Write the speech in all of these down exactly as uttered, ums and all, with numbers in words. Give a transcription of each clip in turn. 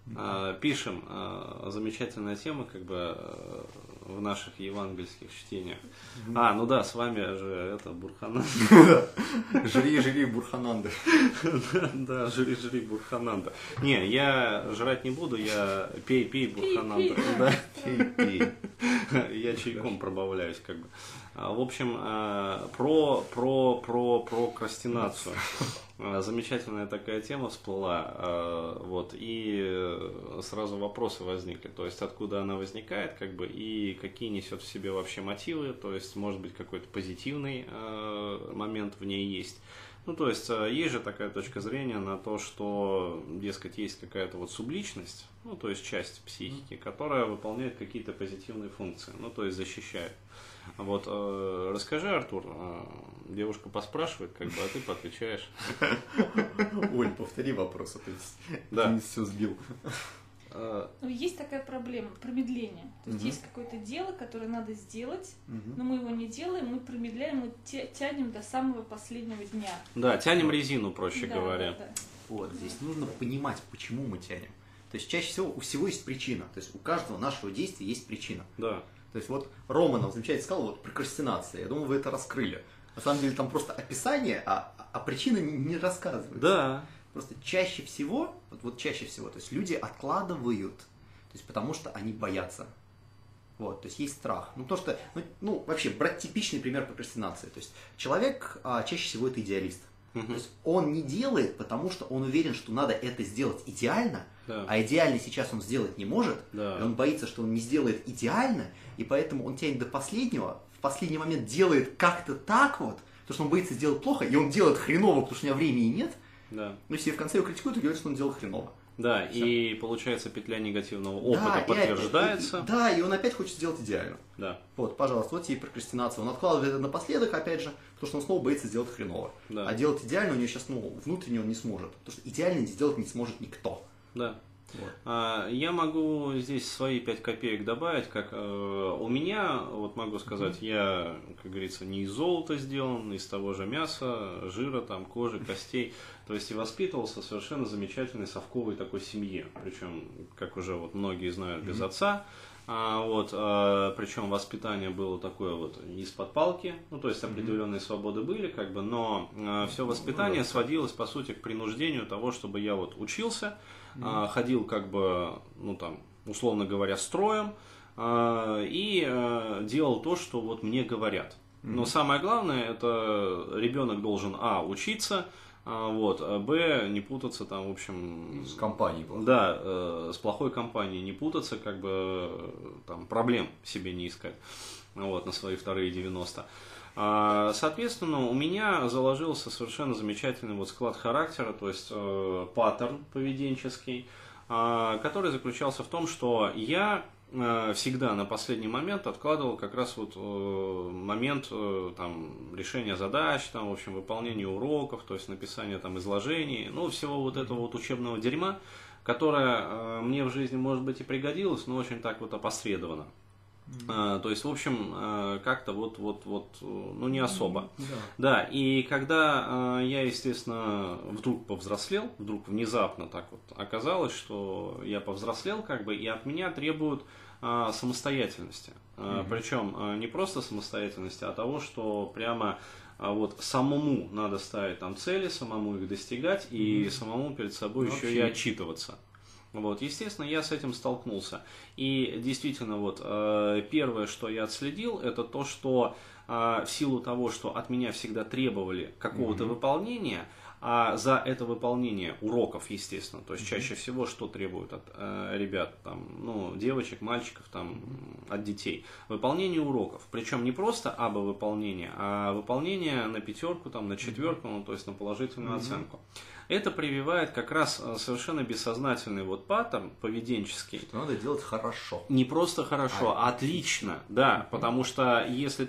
Mm-hmm. Пишем, замечательная тема, как бы в наших евангельских чтениях. Mm-hmm. А, ну да, с вами же это Бурхананда. Жри, жри, Бурхананда. Да, жри, жри, Бурхананда. Не, я жрать не буду, я пей, пей, Бурхананда. Пей, пей. Я чайком пробавляюсь, как бы. В общем, про, про, про прокрастинацию. Замечательная такая тема всплыла, вот, и сразу вопросы возникли, то есть откуда она возникает, как бы, и какие несет в себе вообще мотивы, то есть может быть какой-то позитивный момент в ней есть. Ну, то есть есть же такая точка зрения на то, что, дескать, есть какая-то вот субличность, ну, то есть часть психики, которая выполняет какие-то позитивные функции, ну, то есть защищает. Вот, э, расскажи, Артур, э, девушка поспрашивает, как бы, а ты поотвечаешь. Оль, повтори вопрос, а ты, да. ты все сбил. Ну, есть такая проблема, промедление. То есть угу. есть какое-то дело, которое надо сделать, угу. но мы его не делаем, мы промедляем, мы тянем до самого последнего дня. Да, тянем резину, проще да, говоря. Да, да. Вот, здесь нужно понимать, почему мы тянем. То есть чаще всего у всего есть причина. То есть у каждого нашего действия есть причина. Да. То есть вот Романов замечательно сказал, вот прокрастинация, я думаю, вы это раскрыли. На самом деле там просто описание, а, а причины не рассказываются. Да. Просто чаще всего, вот, вот чаще всего, то есть люди откладывают, то есть потому что они боятся. Вот, то есть есть страх. Ну, то, что, ну, ну, вообще, брать типичный пример прокрастинации. То есть человек а, чаще всего это идеалист. Uh-huh. То есть он не делает, потому что он уверен, что надо это сделать идеально, да. а идеально сейчас он сделать не может, да. и он боится, что он не сделает идеально, и поэтому он тянет до последнего, в последний момент делает как-то так вот, потому что он боится сделать плохо, и он делает хреново, потому что у него времени нет. Да. Ну, все в конце его критикуют и говорят, что он делал хреново. Да, все. И получается петля негативного опыта да, подтверждается. И, и, да, и он опять хочет сделать идеально. Да. Вот, пожалуйста, вот тебе прокрастинация. Он откладывает это напоследок, опять же, потому что он снова боится сделать хреново. Да. А делать идеально у него сейчас, ну, внутренне он не сможет. Потому что идеально сделать не сможет никто. Да. Вот. А, я могу здесь свои пять копеек добавить, как э, у меня, вот могу сказать, mm-hmm. я, как говорится, не из золота сделан, из того же мяса, жира, там, кожи, костей. То есть и воспитывался в совершенно замечательной совковой такой семье. Причем, как уже вот многие знают, без mm-hmm. отца. А, вот, а, причем воспитание было такое вот из-под палки, ну то есть определенные mm-hmm. свободы были, как бы, но а, все воспитание mm-hmm. сводилось по сути к принуждению того, чтобы я вот учился, mm-hmm. а, ходил как бы, ну там, условно говоря, строем а, и а, делал то, что вот мне говорят. Mm-hmm. Но самое главное, это ребенок должен а учиться. А, вот, а б, не путаться там, в общем... С компанией. Плохой. Да, э, с плохой компанией не путаться, как бы, там, проблем себе не искать, вот, на свои вторые девяносто. А, соответственно, у меня заложился совершенно замечательный вот склад характера, то есть, э, паттерн поведенческий, э, который заключался в том, что я... всегда на последний момент откладывал как раз вот э, момент э, там, решения задач, там, в общем, выполнения уроков, то есть написания там, изложений, ну, всего вот этого вот учебного дерьма, которое э, мне в жизни, может быть, и пригодилось, но очень так вот опосредованно. Mm-hmm. То есть, в общем, как-то вот, вот, вот, ну, не особо. Mm-hmm. Да, и когда я, естественно, вдруг повзрослел, вдруг внезапно так вот оказалось, что я повзрослел, как бы, и от меня требуют самостоятельности. Mm-hmm. Причем не просто самостоятельности, а того, что прямо вот самому надо ставить там цели, самому их достигать, mm-hmm. и самому перед собой Вообще. еще и отчитываться. Вот, естественно, я с этим столкнулся. И действительно, вот, э, первое, что я отследил, это то, что э, в силу того, что от меня всегда требовали какого-то mm-hmm. выполнения, а за это выполнение уроков, естественно, то есть mm-hmm. чаще всего что требуют от э, ребят, там, ну, девочек, мальчиков, там, mm-hmm. от детей? Выполнение уроков. Причем не просто абы выполнение, а выполнение на пятерку, там, на четверку, mm-hmm. ну, то есть на положительную mm-hmm. оценку. Это прививает как раз совершенно бессознательный вот паттерн поведенческий. Что надо делать хорошо. Не просто хорошо, а, а отлично, да, mm-hmm. потому что если ты не сделаешь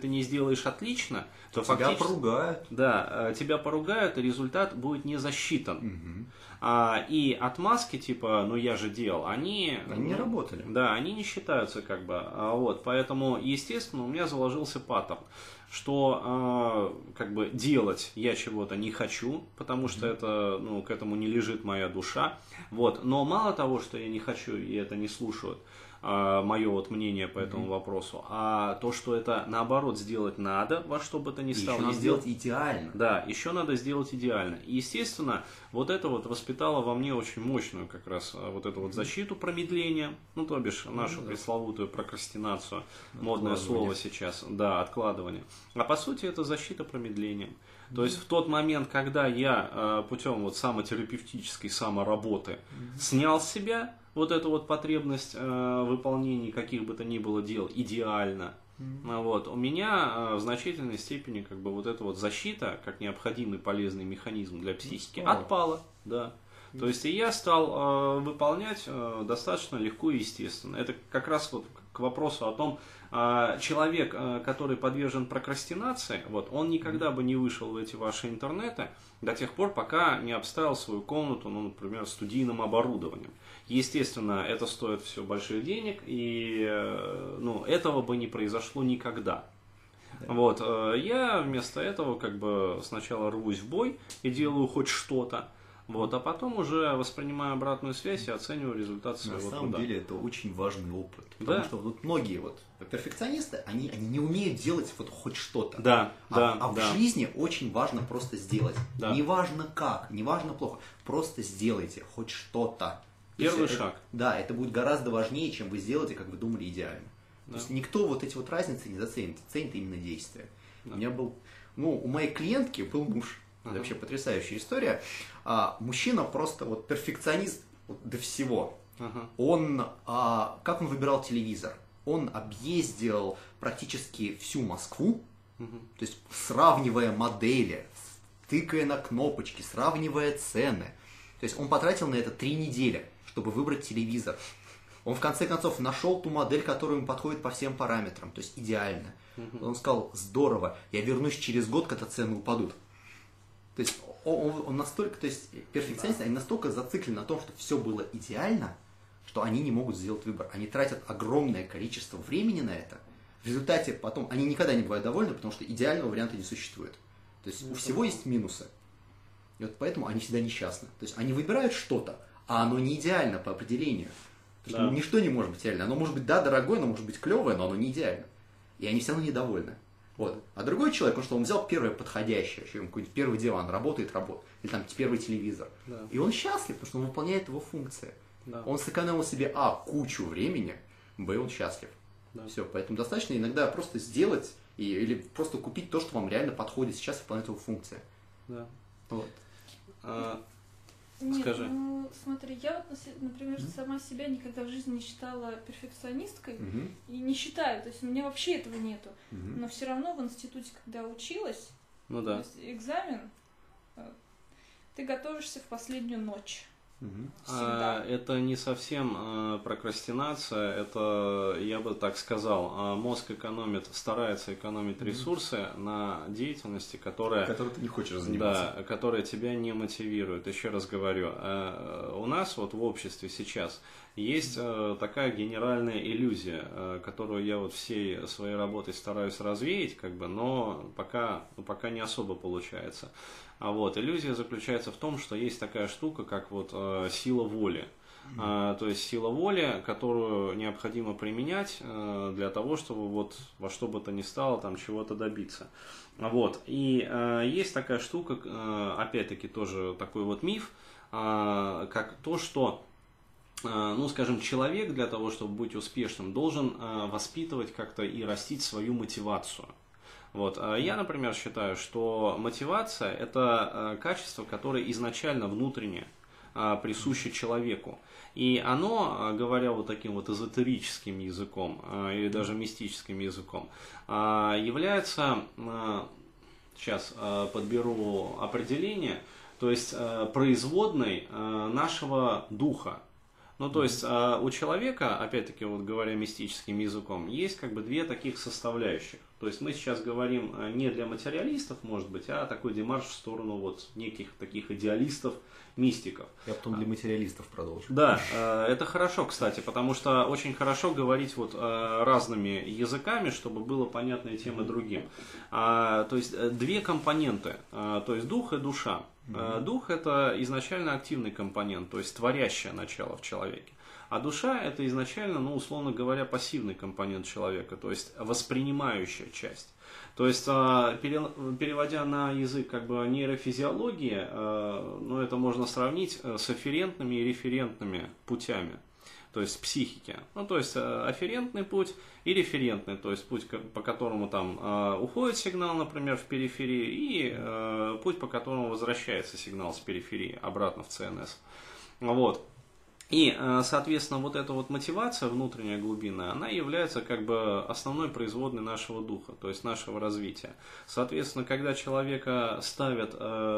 делаешь отлично, то тебя фактически... поругают. Да, тебя поругают, и результат будет не засчитан. Угу. А, и отмазки, типа, ну я же делал, они... Они ну, не работали. Да, они не считаются как бы. А, вот, поэтому, естественно, у меня заложился паттерн, что а, как бы делать я чего-то не хочу, потому что это, ну, к этому не лежит моя душа. Вот. Но мало того, что я не хочу и это не слушают, а, мое вот мнение по этому mm-hmm. вопросу, а то, что это наоборот сделать надо, во что бы то ни стало. Еще надо сделать идеально. Да, еще надо сделать идеально. И, естественно, вот это вот воспитало во мне очень мощную как раз вот эту вот защиту промедления, ну, то бишь нашу mm-hmm. пресловутую прокрастинацию, модное слово сейчас, да, откладывание. А по сути это защита промедлением. То есть в тот момент, когда я э, путем вот самотерапевтической самоработы mm-hmm. снял с себя вот эту вот потребность э, выполнения каких бы то ни было дел идеально, mm-hmm. вот, у меня э, в значительной степени как бы вот эта вот защита, как необходимый полезный механизм для психики, mm-hmm. отпала, да. Mm-hmm. То есть и я стал э, выполнять э, достаточно легко и естественно. Это как раз вот к вопросу о том, э, человек, э, который подвержен прокрастинации, вот, он никогда бы не вышел в эти ваши интернеты до тех пор, пока не обставил свою комнату, ну, например, студийным оборудованием. Естественно, это стоит все больших денег, и э, ну, этого бы не произошло никогда. Да. Вот, э, я вместо этого как бы сначала рвусь в бой и делаю хоть что-то. Вот, а потом уже воспринимаю обратную связь и оцениваю результат своего труда. На самом деле это очень важный опыт. Потому да. что вот многие вот перфекционисты, они, они не умеют делать вот хоть что-то. Да, а, да, а в да. жизни очень важно просто сделать. Да. Не важно как, не важно плохо. Просто сделайте хоть что-то. Первый есть, шаг. Это, да, это будет гораздо важнее, чем вы сделаете, как вы думали, идеально. Да. То есть никто вот эти вот разницы не заценит. Ценит именно действия. Да. У меня был, ну, у моей клиентки был муж. Это uh-huh. вообще потрясающая история. А, мужчина просто вот перфекционист вот, до всего. Uh-huh. Он, а, как он выбирал телевизор? Он объездил практически всю Москву, uh-huh. то есть сравнивая модели, тыкая на кнопочки, сравнивая цены. То есть он потратил на это три недели, чтобы выбрать телевизор. Он в конце концов нашел ту модель, которая ему подходит по всем параметрам, то есть идеально. Uh-huh. Он сказал: здорово, я вернусь через год, когда цены упадут. То есть он, он настолько, то есть перфекционисты, они настолько зациклены на том, что все было идеально, что они не могут сделать выбор. Они тратят огромное количество времени на это. В результате потом они никогда не бывают довольны, потому что идеального варианта не существует. То есть у всего есть минусы. И вот поэтому они всегда несчастны. То есть они выбирают что-то, а оно не идеально по определению. Потому что да. ничто не может быть идеально. Оно может быть, да, дорогое, оно может быть клевое, но оно не идеально. И они все равно недовольны. Вот. А другой человек, он что, он взял первое подходящее, какой-нибудь первый диван, работает, работает, или там первый телевизор. Да. И он счастлив, потому что он выполняет его функции. Да. Он сэкономил себе, а, кучу времени, б, он счастлив. Да. Все, поэтому достаточно иногда просто сделать и, или просто купить то, что вам реально подходит сейчас и выполняет его функции. Да. Вот. А, Нет, скажи. Ну, смотри, я вот, например, mm-hmm. сама себя никогда в жизни не считала перфекционисткой mm-hmm. и не считаю, то есть у меня вообще этого нету. Mm-hmm. Но все равно в институте, когда училась, ну, да. то есть экзамен, ты готовишься в последнюю ночь. Угу. А, это не совсем а, прокрастинация, это, я бы так сказал, а, мозг экономит, старается экономить ресурсы mm-hmm. на деятельности, которая, которой ты не хочешь заниматься. Да, которая тебя не мотивирует. Еще раз говорю, а, у нас вот в обществе сейчас есть а, такая генеральная иллюзия, а, которую я вот всей своей работой стараюсь развеять, как бы, но пока, ну, пока не особо получается. А вот иллюзия заключается в том, что есть такая штука, как вот э, сила воли. Mm-hmm. А, то есть сила воли, которую необходимо применять э, для того, чтобы вот во что бы то ни стало там чего-то добиться. Вот. И э, есть такая штука, э, опять-таки тоже такой вот миф, э, как то, что, э, ну скажем, человек для того, чтобы быть успешным, должен э, воспитывать как-то и растить свою мотивацию. Вот. Я, например, считаю, что мотивация – это качество, которое изначально внутренне присуще человеку. И оно, говоря вот таким вот эзотерическим языком или даже мистическим языком, является, сейчас подберу определение, то есть производной нашего духа. Ну, то есть у человека, опять-таки, вот говоря мистическим языком, есть как бы две таких составляющих. То есть мы сейчас говорим не для материалистов, может быть, а такой демарш в сторону вот неких таких идеалистов, мистиков. Я потом для материалистов продолжу. Да, это хорошо, кстати, потому что очень хорошо говорить вот разными языками, чтобы было понятно и тем, и другим. То есть две компоненты, то есть дух и душа. Дух – это изначально активный компонент, то есть творящее начало в человеке. А душа – это изначально, ну, условно говоря, пассивный компонент человека, то есть воспринимающая часть. То есть, переводя на язык как бы нейрофизиологии, ну, это можно сравнить с афферентными и референтными путями, то есть психики. Ну, то есть, афферентный путь и референтный, то есть, путь, по которому там уходит сигнал, например, в периферии, и путь, по которому возвращается сигнал с периферии обратно в ЦНС. Вот. И, соответственно, вот эта вот мотивация внутренняя, глубинная, она является как бы основной производной нашего духа, то есть нашего развития. Соответственно, когда человека ставят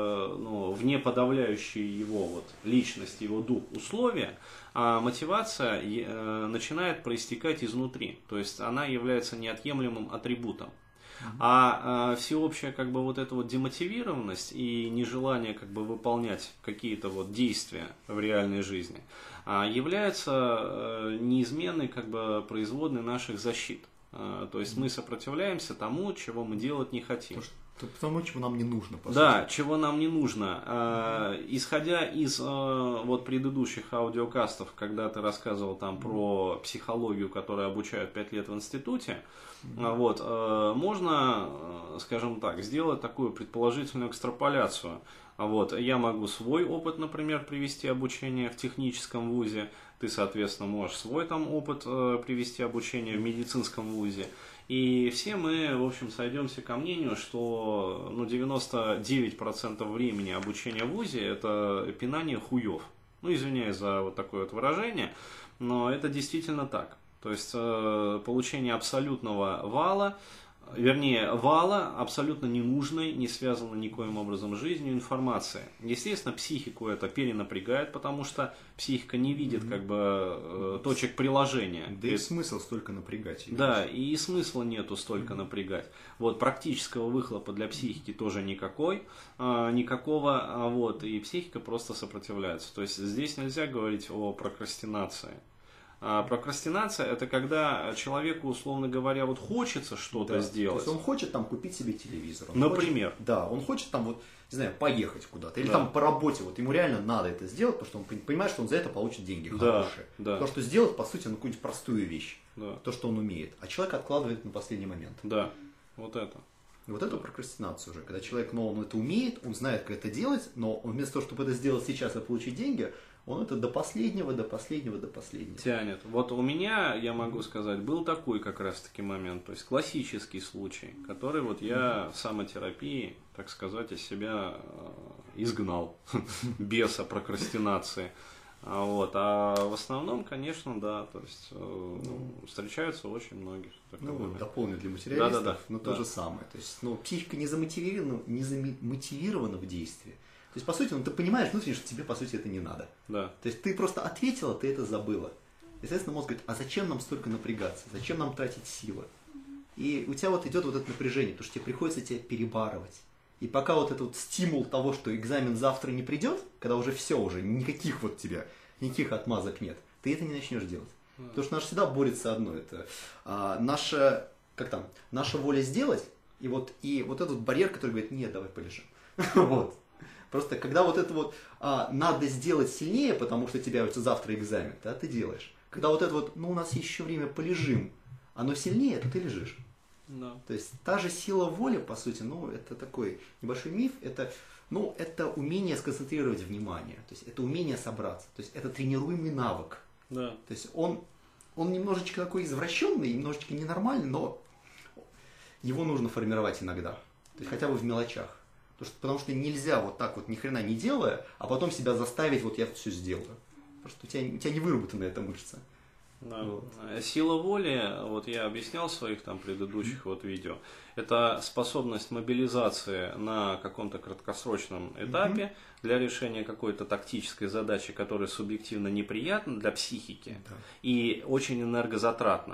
ну, в неподавляющие его вот, личность, его дух условия, мотивация начинает проистекать изнутри, то есть она является неотъемлемым атрибутом. А, а всеобщая как бы вот эта вот демотивированность и нежелание как бы выполнять какие-то вот действия в реальной жизни а, является неизменной как бы производной наших защит. А, то есть мы сопротивляемся тому, чего мы делать не хотим. Потому, чего нам не нужно, по Да, сути. чего нам не нужно. А, исходя из а, вот предыдущих аудиокастов, когда ты рассказывал там про психологию, которую обучают пять лет в институте, mm-hmm. вот, а, можно, скажем так, сделать такую предположительную экстраполяцию. Вот, я могу свой опыт, например, привести обучение в техническом вузе, ты, соответственно, можешь свой там опыт э, привести обучение в медицинском вузе. И все мы, в общем, сойдемся ко мнению, что ну, девяносто девять процентов времени обучения в вузе – это пинание хуев. Ну, извиняюсь за вот такое вот выражение, но это действительно так. То есть, э, получение абсолютного вала, вернее, вала абсолютно ненужной, не связанной никоим образом с жизнью информации. Естественно, психику это перенапрягает, потому что психика не видит как бы э, точек приложения. Да и, и смысл столько напрягать. Да, и смысла нету столько mm-hmm. напрягать. Вот, практического выхлопа для психики тоже никакой, э, никакого, а вот, и психика просто сопротивляется. То есть здесь нельзя говорить о прокрастинации. А прокрастинация – это когда человеку, условно говоря, вот хочется что-то да, сделать. То есть он хочет там купить себе телевизор. Он Например. Хочет, да, он хочет там вот, не знаю, поехать куда-то. Или да. там по работе, вот ему реально надо это сделать, потому что он понимает, что он за это получит деньги да, хорошие. Да. То, что сделать, по сути, ну, какую-нибудь простую вещь. Да. То, что он умеет. А человек откладывает на последний момент. Да, вот это. И вот это прокрастинация уже. Когда человек, ну, он это умеет, он знает, как это делать, но он вместо того, чтобы это сделать сейчас и получить деньги, он это до последнего, до последнего, до последнего. Тянет. Вот у меня, я могу сказать, был такой как раз таки момент, то есть классический случай, который вот я в самотерапии, так сказать, из себя изгнал, беса прокрастинации. Вот. А в основном, конечно, да, то есть ну, встречаются очень многие. Ну, вот, дополню для материалистов, да, да, да. но да. то же самое. То есть, ну, психика не замотивирована, не замотивирована в действии. То есть, по сути, ну, ты понимаешь внутренне, что тебе, по сути, это не надо. Да. То есть, ты просто ответила, ты это забыла. Естественно, мозг говорит, а зачем нам столько напрягаться? Зачем нам тратить силы? И у тебя вот идет вот это напряжение, потому что тебе приходится тебя перебарывать. И пока вот этот вот стимул того, что экзамен завтра не придет, когда уже все, уже никаких вот тебя, никаких отмазок нет, ты это не начнешь делать. Mm. Потому что наш всегда борется одно, это а, наша, как там, наша воля сделать, и вот, и вот этот барьер, который говорит, нет, давай полежим. Вот. Просто когда вот это вот а, надо сделать сильнее, потому что у тебя вот завтра экзамен, да, ты делаешь. Когда вот это вот, ну у нас есть еще время, полежим, оно сильнее, то ты лежишь. Да. То есть та же сила воли, по сути, ну это такой небольшой миф, это, ну, это умение сконцентрировать внимание, то есть это умение собраться, то есть это тренируемый навык. Да. То есть он, он немножечко такой извращенный, немножечко ненормальный, но его нужно формировать иногда, то есть хотя бы в мелочах. Потому что, потому что нельзя вот так вот ни хрена не делая, а потом себя заставить, вот я все сделаю. Потому что у тебя, у тебя не выработана эта мышца. Да. Вот. Сила воли, вот я объяснял в своих там предыдущих вот видео, это способность мобилизации на каком-то краткосрочном этапе mm-hmm. для решения какой-то тактической задачи, которая субъективно неприятна для психики да. и очень энергозатратна.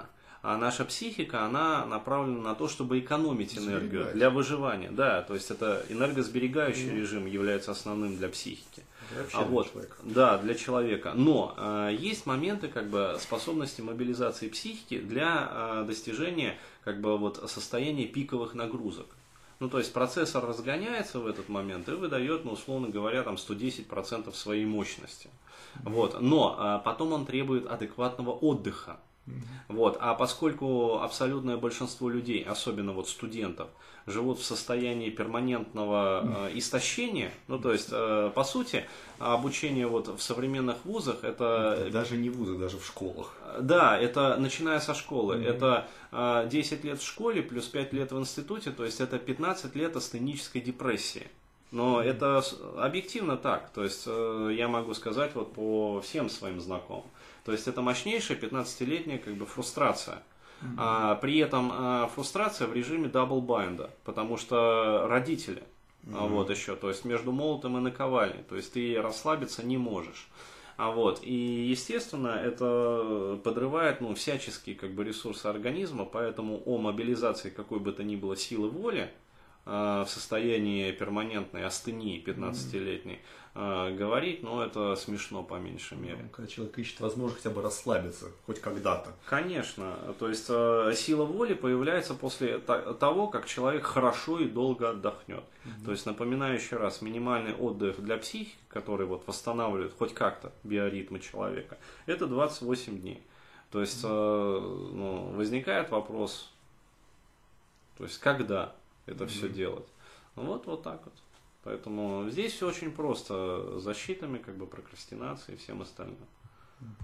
А наша психика, она направлена на то, чтобы экономить энергию Сберегать. для выживания. Да, то есть это энергосберегающий Mm. режим является основным для психики. Вообще А для вот, человека. да, для человека. Но э, есть моменты как бы способности мобилизации психики для э, достижения как бы вот состояния пиковых нагрузок. Ну, то есть процессор разгоняется в этот момент и выдает, ну, условно говоря, там сто десять процентов своей мощности. Вот. Но а, потом он требует адекватного отдыха. Вот. А поскольку абсолютное большинство людей, особенно вот студентов, живут в состоянии перманентного э, истощения, ну, то есть, э, по сути, обучение вот в современных вузах это... Даже не в вузах, даже в школах. Да, это начиная со школы. Mm-hmm. Это э, десять лет в школе плюс пять лет в институте, то есть это пятнадцать лет астенической депрессии. Но mm-hmm. это объективно так. То есть э, я могу сказать вот по всем своим знакомым. То есть это мощнейшая пятнадцатилетняя как бы фрустрация. Mm-hmm. А, при этом а, фрустрация в режиме даблбайнда, потому что родители, mm-hmm. а, вот еще, то есть между молотом и наковальней, то есть ты расслабиться не можешь. А вот, и естественно это подрывает ну, всяческие как бы, ресурсы организма, поэтому о мобилизации какой бы то ни было силы воли в состоянии перманентной астении пятнадцатилетней mm-hmm. говорить, ну это смешно по меньшей мере. Ну, когда человек ищет возможность хотя бы расслабиться, хоть когда-то. Конечно, то есть сила воли появляется после того, как человек хорошо и долго отдохнет. Mm-hmm. То есть напоминаю еще раз, минимальный отдых для психики, который вот восстанавливает хоть как-то биоритмы человека, это двадцать восемь дней. То есть mm-hmm. ну, возникает вопрос, то есть когда это mm-hmm. все делать. Ну, вот, вот так вот. Поэтому здесь все очень просто. С защитами, как бы прокрастинацией и всем остальным.